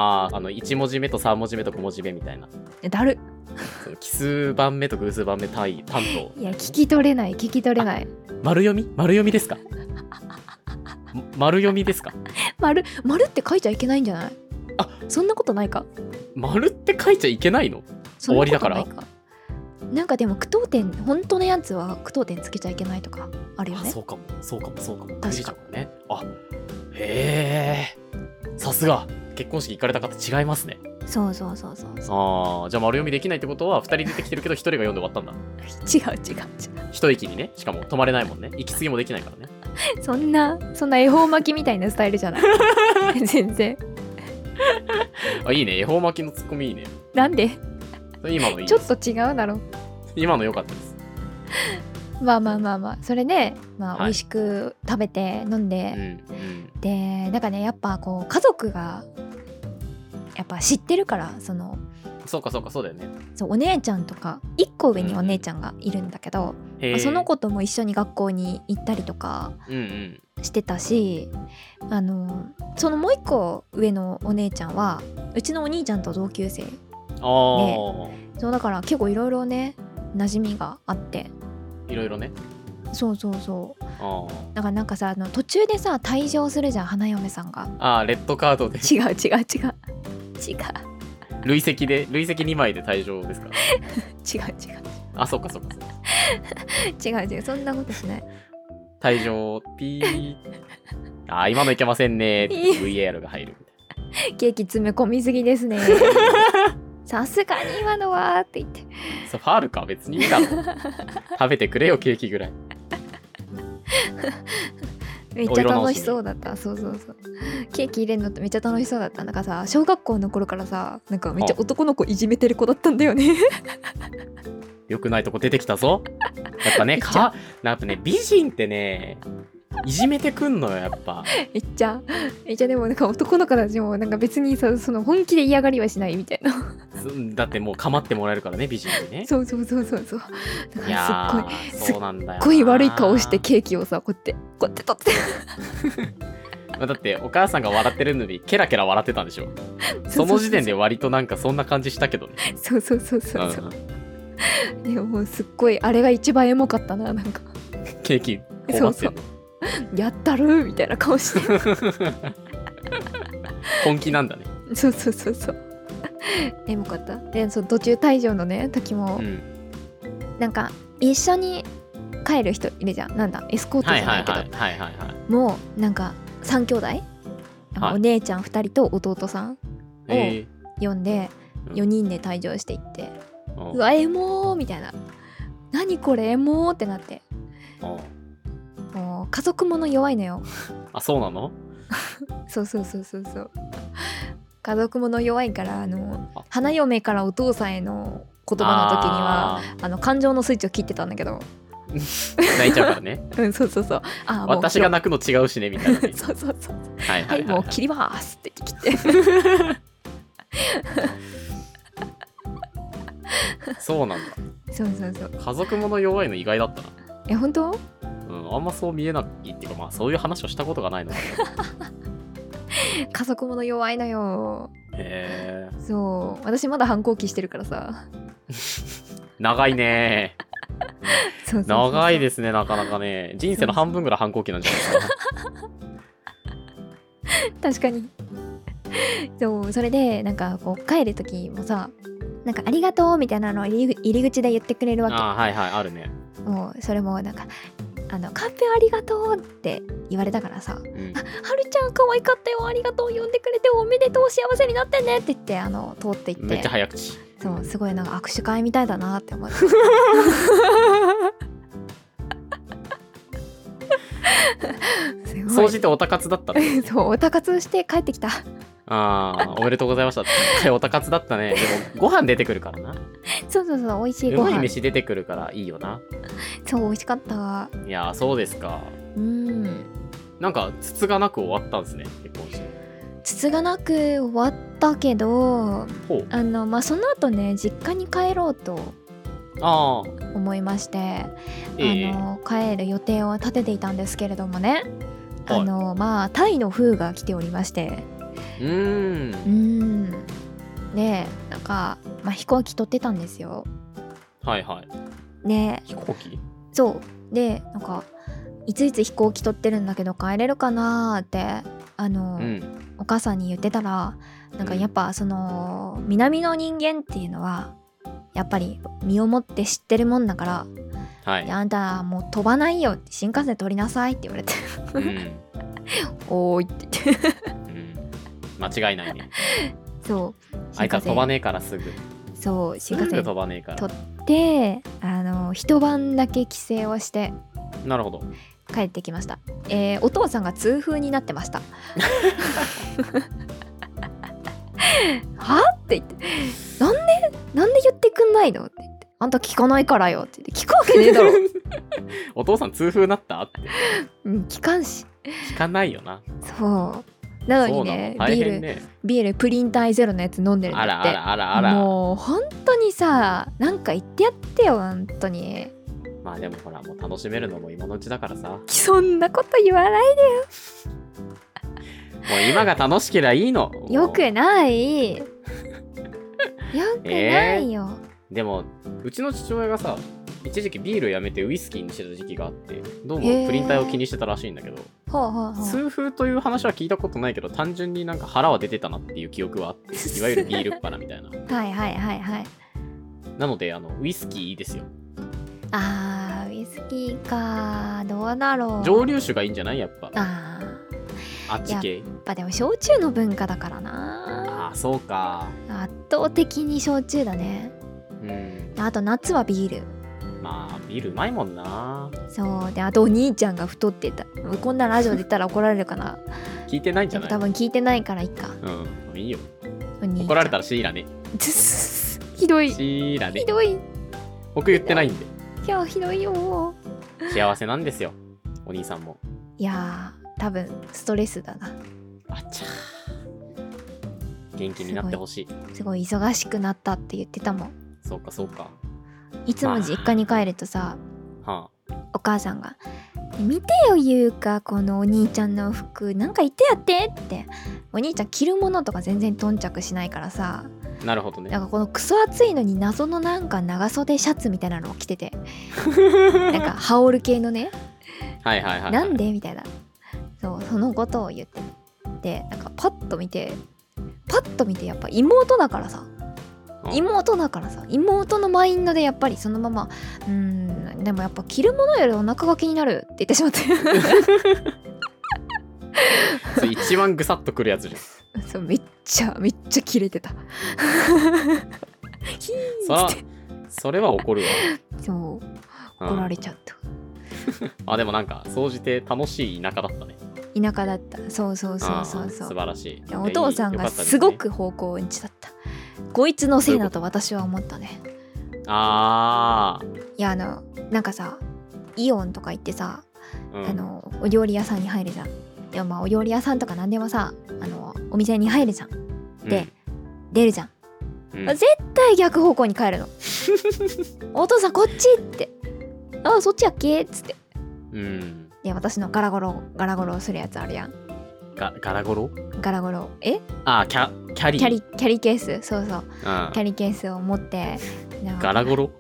1文字目と3文字目と5文字目みたいな。
だる。
奇数番目と偶数番目担当。
いや聞き取れない。
丸読みですか？丸読みですか？
丸って書いちゃいけないんじゃない？そんなことないか？
丸って書いちゃいけないの？終わりだから。
なんかでも句読点、本当のやつは句読点つけちゃいけないとかあるよね。
そうかも。
確か
ね。へえ。さすが結婚式行かれた方違いますね。
そう。
じゃあ丸読みできないってことは2人出てきてるけど1人が読んで終わったんだ。
違う。
一息にね、しかも止まれないもんね。息継ぎもできないからね。
そんな恵方巻きみたいなスタイルじゃない。全然。
いいね、恵方巻きのツッコミいいね。
なんで？
今のいいです。
ちょっと違うだろ。
今の良かったです。
まあそれで、美味しく食べて飲んで、でなんかねやっぱこう家族がやっぱ知ってるから
そうだよね。
そうお姉ちゃんとか1個上にお姉ちゃんがいるんだけど、その子とも一緒に学校に行ったりとかしてたし、そのもう1個上のお姉ちゃんはうちのお兄ちゃんと同級生で、そうだから結構いろいろね馴染みがあって、
いろいろね。
そうだからなんかさ途中でさ退場するじゃん、花嫁さんが。
レッドカードで。
違う。
累積2枚で退場ですか？
違う。
そうか。
違うそんなことしない。
退場ピー今のいけませんねって VAR が入るみた
いな。ケーキ詰め込みすぎですね。さすがに今のはって言って。
ファールか別にいいだろ。食べてくれよケーキぐらい。
めっちゃ楽しそうだった。そうケーキ入れるのってめっちゃ楽しそうだった。なんかさ、小学校の頃からさ、なんかめっちゃ男の子いじめてる子だったんだよね。
よくないとこ出てきたぞ。やっぱね、やっぱね、美人ってね、いじめてくんのよ、やっぱ。
めっちゃでもなんか男の子たちもなんか別にさ、その本気で嫌がりはしないみたいな。
だってもう構ってもらえるからね、美人にね。
そう。だから
そうなんだよ。
すっごい悪い顔してケーキをさ、こうやって取って。
だってお母さんが笑ってるのにケラケラ笑ってたんでしょ。その時点で割となんかそんな感じしたけどね。
そう。でももうすっごいあれが一番エモかったな、なんか。
ケーキ頬張ってんの。
やったるみたいな顔して。
本気なんだね。
そう。エモかった。で、途中退場のね時も、なんか一緒に帰る人いるじゃん。なんだエスコートじゃないけど、もうなんか3兄弟、お姉ちゃん2人と弟さんを呼んで4人で退場していって、うわエモーみたいな、何これエモーってなって、もう家族もの弱いのよ。
あ、そうなの？
そう。家族もの弱いから、花嫁からお父さんへの言葉の時には感情のスイッチを切ってたんだけど。
泣いちゃうからね。
そう。
私が泣くの違うしねみたいな、ね。
そう。
はい、
もう切りますって切って。
そうなんだ。
そう。
家族もの弱いの意外だったな。
本当？
あんまそう見えないっていうか、まあそういう話をしたことがないので。
家族もの弱いのよ。
へえ。
そう。私まだ反抗期してるからさ。
長いね。
そう
長いですね、なかなかね。人生の半分ぐらい反抗期なんじゃないですか。
確かに。そう、それでなんかこう帰る時もさ、なんかありがとうみたいなのを入り口で言ってくれるわけ。
あるね。
もうそれもなんかカンペありがとうって言われたからさ、はるちゃん可愛かったよ、ありがとう、呼んでくれておめでとう、幸せになってねって言って通っていって、
めっちゃ早口。
そう、すごいなんか握手会みたいだなって思って。
掃除ってオタ活だったね。
そう、オタ活して帰ってきた。
おめでとうございました。オタ活だったね。でもご飯出てくるからな。
そう、美味しいご飯。
うまい飯出てくるからいいよな。
そう、美味しかった。
いや、そうですか。なんかつつがなく終わったんですね、結婚式。
つつがなく終わったけど、まあその後ね、実家に帰ろうと思いまして、帰る予定を立てていたんですけれどもね、まあタイの風が来ておりまして、で、なんか、まあ、飛行機取ってたんですよ。ね、
飛行機？
そうで、なんかいつ飛行機取ってるんだけど帰れるかなーってお母さんに言ってたら、なんかやっぱその南の人間っていうのはやっぱり身をもって知ってるもんだから、あんたもう飛ばないよ、新幹線取りなさいって言われて、おーいって言って、
間違いないね。
そう、
あいつは飛ばねえからすぐ。
そう、新幹線
飛ばねえから
取って一晩だけ帰省をして、
なるほど、
帰ってきました。お父さんが痛風になってました。はって言って、なんで言ってくんないのって言って、あんた聞かないからよって言って、聞くわけねえだろ。
お父さん痛風なったって。
聞かんし。
聞かないよな。
そう。なのにね、ビールプリン体ゼロのやつ飲んでるんだって。
あら。
もう本当にさ、なんか言ってやってよ、本当に。
まあでもほら、もう楽しめるのも今のうちだからさ。
そんなこと言わないでよ。
もう今が楽しけりゃいいの。
よくない。よくないよ。
でもうちの父親がさ、一時期ビールやめてウイスキーにしてた時期があって、どうもプリン体を気にしてたらしいんだけど、痛風という話は聞いたことないけど、単純になんか腹は出てたなっていう記憶はあって、いわゆるビールっ腹みたいな。
はい。
なのでウイスキーいいですよ。
ウウイスキーか、どうだろう。
蒸留酒がいいんじゃない？やっぱ
あ
っち系。
やっぱでも焼酎の文化だからな。
そうか。
圧倒的に焼酎だね。あと夏はビール。
まあビールうまいもんな。
そうで、あとお兄ちゃんが太ってた。こんなラジオで言ったら怒られるかな。
聞いてないんじゃない？
多分聞いてないからいいか。
いいよ。怒られたらシーラね。
ひどい。
シーラね。
ひどい。
僕言ってないんで。
いやひどいよ。
幸せなんですよ、お兄さんも。
いや多分ストレスだな。
あっちゃー。元気になってほしい。
すごい忙しくなったって言ってたもん。
そうかそうか。
いつも実家に帰るとさ、お母さんが見てよ優香、このお兄ちゃんの服なんか言ってやってって。お兄ちゃん着るものとか全然頓着しないからさ。
なるほどね。
なんかこのクソ暑いのに謎のなんか長袖シャツみたいなのを着ててなんか羽織る系のねなんでみたいな。そのことを言ってで、なんかパッと見てやっぱ妹だからさ、妹のマインドでやっぱりそのままでもやっぱ着るものよりお腹が気になるって言ってしまって
それ一番グサッとくるやつじゃん。
そう、めっちゃキレてた
それは怒るわ。
そう怒られちゃった
でもなんか総じて楽しい田舎だったね。
田舎だった。そう素
晴らしい。
お父さんがすごく方向音痴だった。こいつのせいだと私は思ったね。いやなんかさ、イオンとか行ってさ、お料理屋さんに入るじゃん。でもまあお料理屋さんとか何でもさ、お店に入るじゃん。で、出るじゃん。絶対逆方向に帰るの。お父さんこっちって。そっちやっけっつって。で、私のガラゴロするやつあるやん。
ガラゴロ
キャリケース。そうキャリケースを持って
ガラゴロ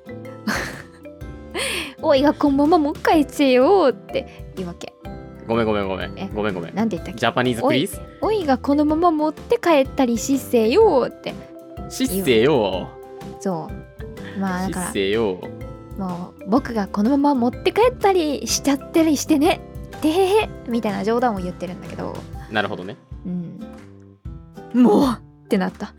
おいがこのままもう一回せよって言うわけ。
ごめん
なんて言ったっけ。
ジャパニーズプリーズ。
おいがこのまま持って帰ったりしせよって
しせよ。
そうまあだから
しせよ。
もう僕がこのまま持って帰ったりしちゃったりしてねでへへみたいな冗談を言ってるんだけど。
なるほどね。
もうってなった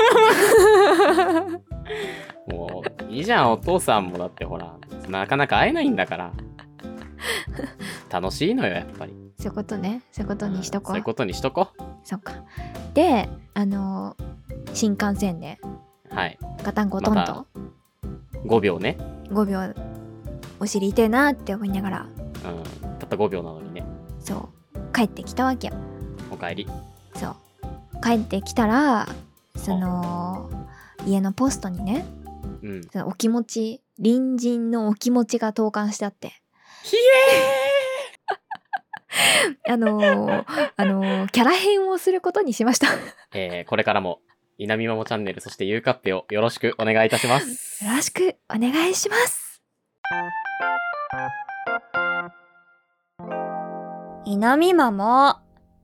もういいじゃん、お父さんも。だってほらなかなか会えないんだから楽しいのよやっぱり。
そういうことね。そういうことにしとこう。
そういうことにしとこう。
そっか。で新幹線でガタンゴトンと
5秒ね。
5秒お尻痛いなって思いながら、
たった5秒なのにね。
そう帰ってきたわけよ。
おかえり。
そう帰ってきたらその家のポストにね、そのお気持ち、隣人のお気持ちが投函してあって、
ひ
キャラ変をすることにしました
これからも稲見まもチャンネル、そしてゆうかっぺをよろしくお願いいたします。
よろしくお願いします。稲見まも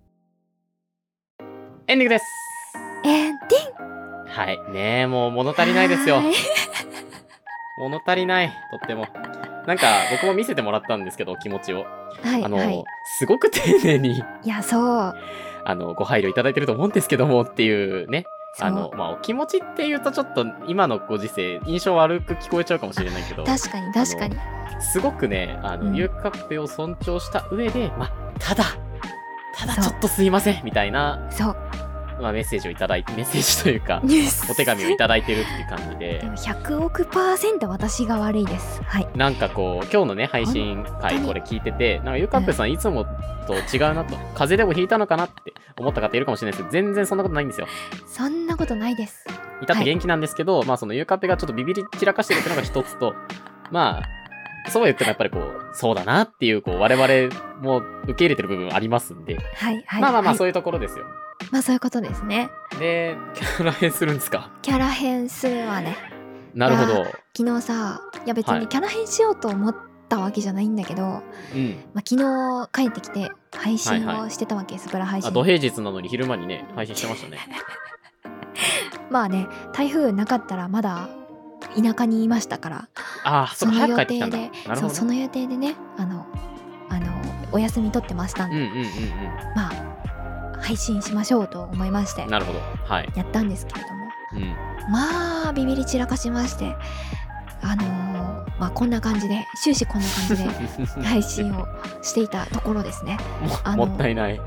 エンディングです。
エンディング。
はいねえ、もう物足りないですよ物足りない、とっても。なんか僕も見せてもらったんですけど、気持ちをすごく丁寧に
いやそう
ご配慮いただいてると思うんですけどもっていうね。お気持ちっていうとちょっと今のご時世印象悪く聞こえちゃうかもしれないけど、
確かに
すごくねゆうかっぺを尊重した上で、ただちょっとすいませんみたいなメッセージをいただいて、メッセージというかお手紙をいただいてるっていう感じで、
でも100億%私が悪いです。はい。
なんかこう今日のね配信会これ聞いてて、なんかゆうかっぺさんいつもと違うなと、風邪でもひいたのかなって思った方いるかもしれないですけど、全然そんなことないんですよ。
そんなことないです。
至って元気なんですけど、そのゆうかっぺがちょっとビビり散らかしてるっていうのが一つと、そうは言ってもやっぱりこうそうだなっていう我々も受け入れてる部分ありますんで、そういうところですよ。
そういうことですね。
で、キャラ変するんですか？
キャラ変するわね。
なるほど。
昨日さ、いや別にキャラ変しようと思ったわけじゃないんだけど、昨日帰ってきて配信をしてたわけ、スプラ配信。
土平日なのに昼間にね配信してましたね。
台風なかったらまだ田舎にいましたから、
その予定で、
その予定でねお休み取ってましたんで、まあ配信しましょうと思いまして、
なるほど、はい、
やったんですけれども、まあビビり散らかしまして、まあこんな感じで終始こんな感じで配信をしていたところですね。
もったいない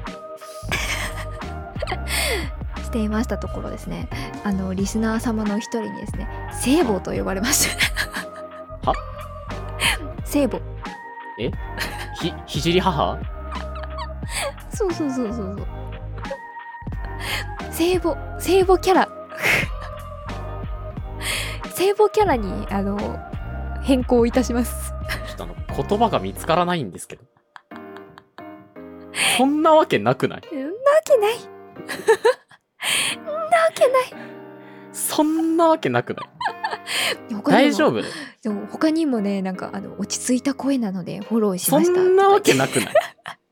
していましたところですね、リスナー様の一人にですね、聖母と呼ばれました
は
聖母
ひじり母
そう聖母キャラ聖母キャラに変更いたします。
ちょっと言葉が見つからないんですけどそんなわけなくない？
そんなわけない
そんなわけなくない大丈夫？
他にもね、なんか落ち着いた声なのでフォローしました。
そんなわけなくない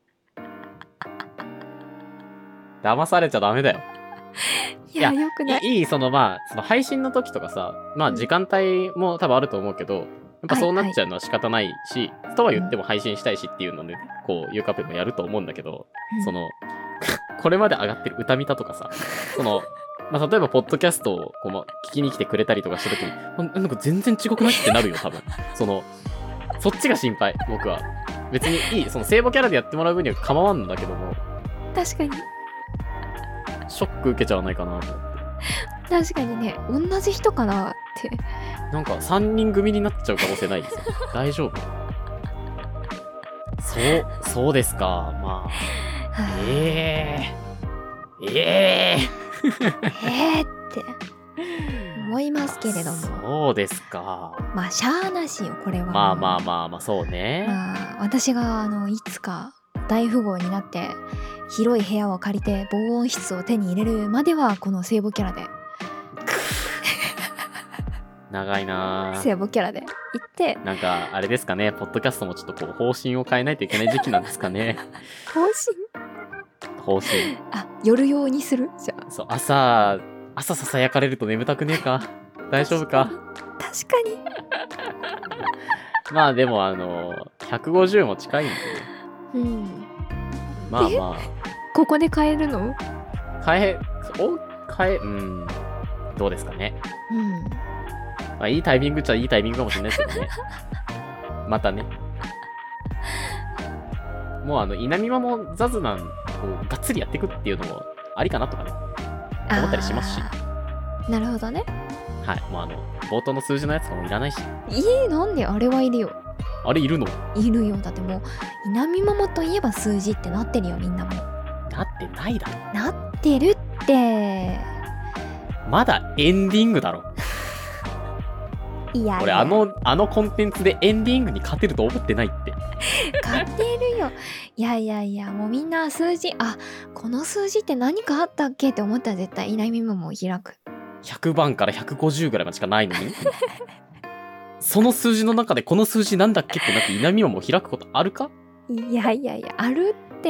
騙されちゃダメだよ。
いやよくない。
いいその配信の時とかさ、時間帯も多分あると思うけど、やっぱそうなっちゃうのは仕方ないし、とは言っても配信したいしっていうので、こうゆうかぺもやると思うんだけど、これまで上がってる歌見たとかさ、例えばポッドキャストを聞きに来てくれたりとかした時に、なんか全然違くないってなるよ多分。そっちが心配。僕は別にいい、聖母キャラでやってもらう分には構わんのだけども、
確かに
ショック受けちゃわないかなと思って。
確かにね、同じ人かなって。
なんか3人組になっちゃう可能性ないですよ。大丈夫？そうですか。まあ
って思いますけれども。
そうですか。
まあしゃあなしよこれは。
まあそうね。
私がいつか大富豪になって広い部屋を借りて防音室を手に入れるまではこの聖母キャラで
長いな
聖母キャラで行って、
なんかあれですかね、ポッドキャストもちょっと方針を変えないといけない時期なんですかね。方針
夜用にする？じゃあ
そう、朝ささやかれると眠たくねえか。大丈夫か？
確かに
まあでも150も近いんで、まあ
ここで変えるの？
どうですかね。いいタイミングっちゃいいタイミングかもしれないですけどね。またね。もう稲見間もザズナンをがっつりやっていくっていうのもありかなとかね思ったりしますし。
なるほどね。
はい、もう冒頭の数字のやつとかもいらないし。
なんで？あれはいるよ。
あれいるの？
いるよ。だってもう稲見ママといえば数字ってなってるよ、みんなも。
なってないだろ。
なってるって。ま
だエンディングだろ。
いや
俺コンテンツでエンディングに勝てると思ってないって。
勝てるよ。いやもうみんな数字、この数字って何かあったっけって思ったら絶対稲見ママを開く。
100番から150ぐらいまでしかないのにその数字の中でこの数字なんだっけってなって稲見ママを開くことあるか？
いやあるって。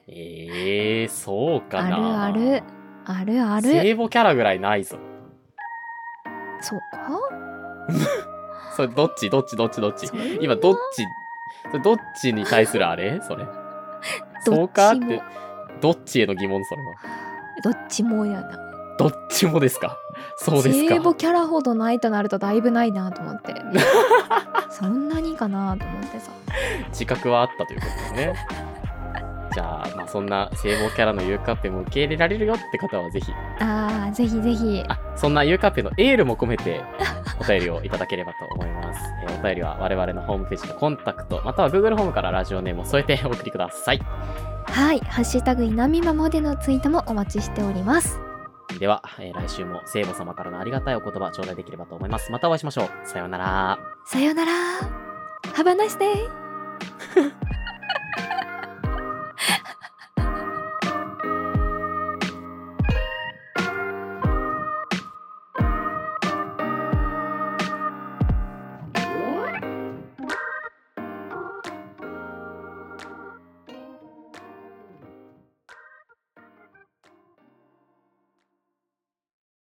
そうかな。
ある
聖母キャラぐらいないぞ。
そうか
それどっち今どっちに対するあれそれそうかってどっちへの疑問。それは
どっちもやな。
どっちもですか？そうですか。
聖母キャラほどないとなるとだいぶないなと思ってそんなにかなと思ってさ。
自覚はあったということですね。じゃあ、そんな聖母キャラのゆうかっぺも受け入れられるよって方はぜひ。
ぜひ。
そんなゆうかっぺのエールも込めてお便りをいただければと思います。お便りは我々のホームページのコンタクト、または Google ホームからラジオネームを添えてお送りください。
はい、ハッシュタグいなみまもでのツイートもお待ちしております。
では、来週も聖母様からのありがたいお言葉頂戴できればと思います。またお会いしましょう。さようなら。
Have a nice day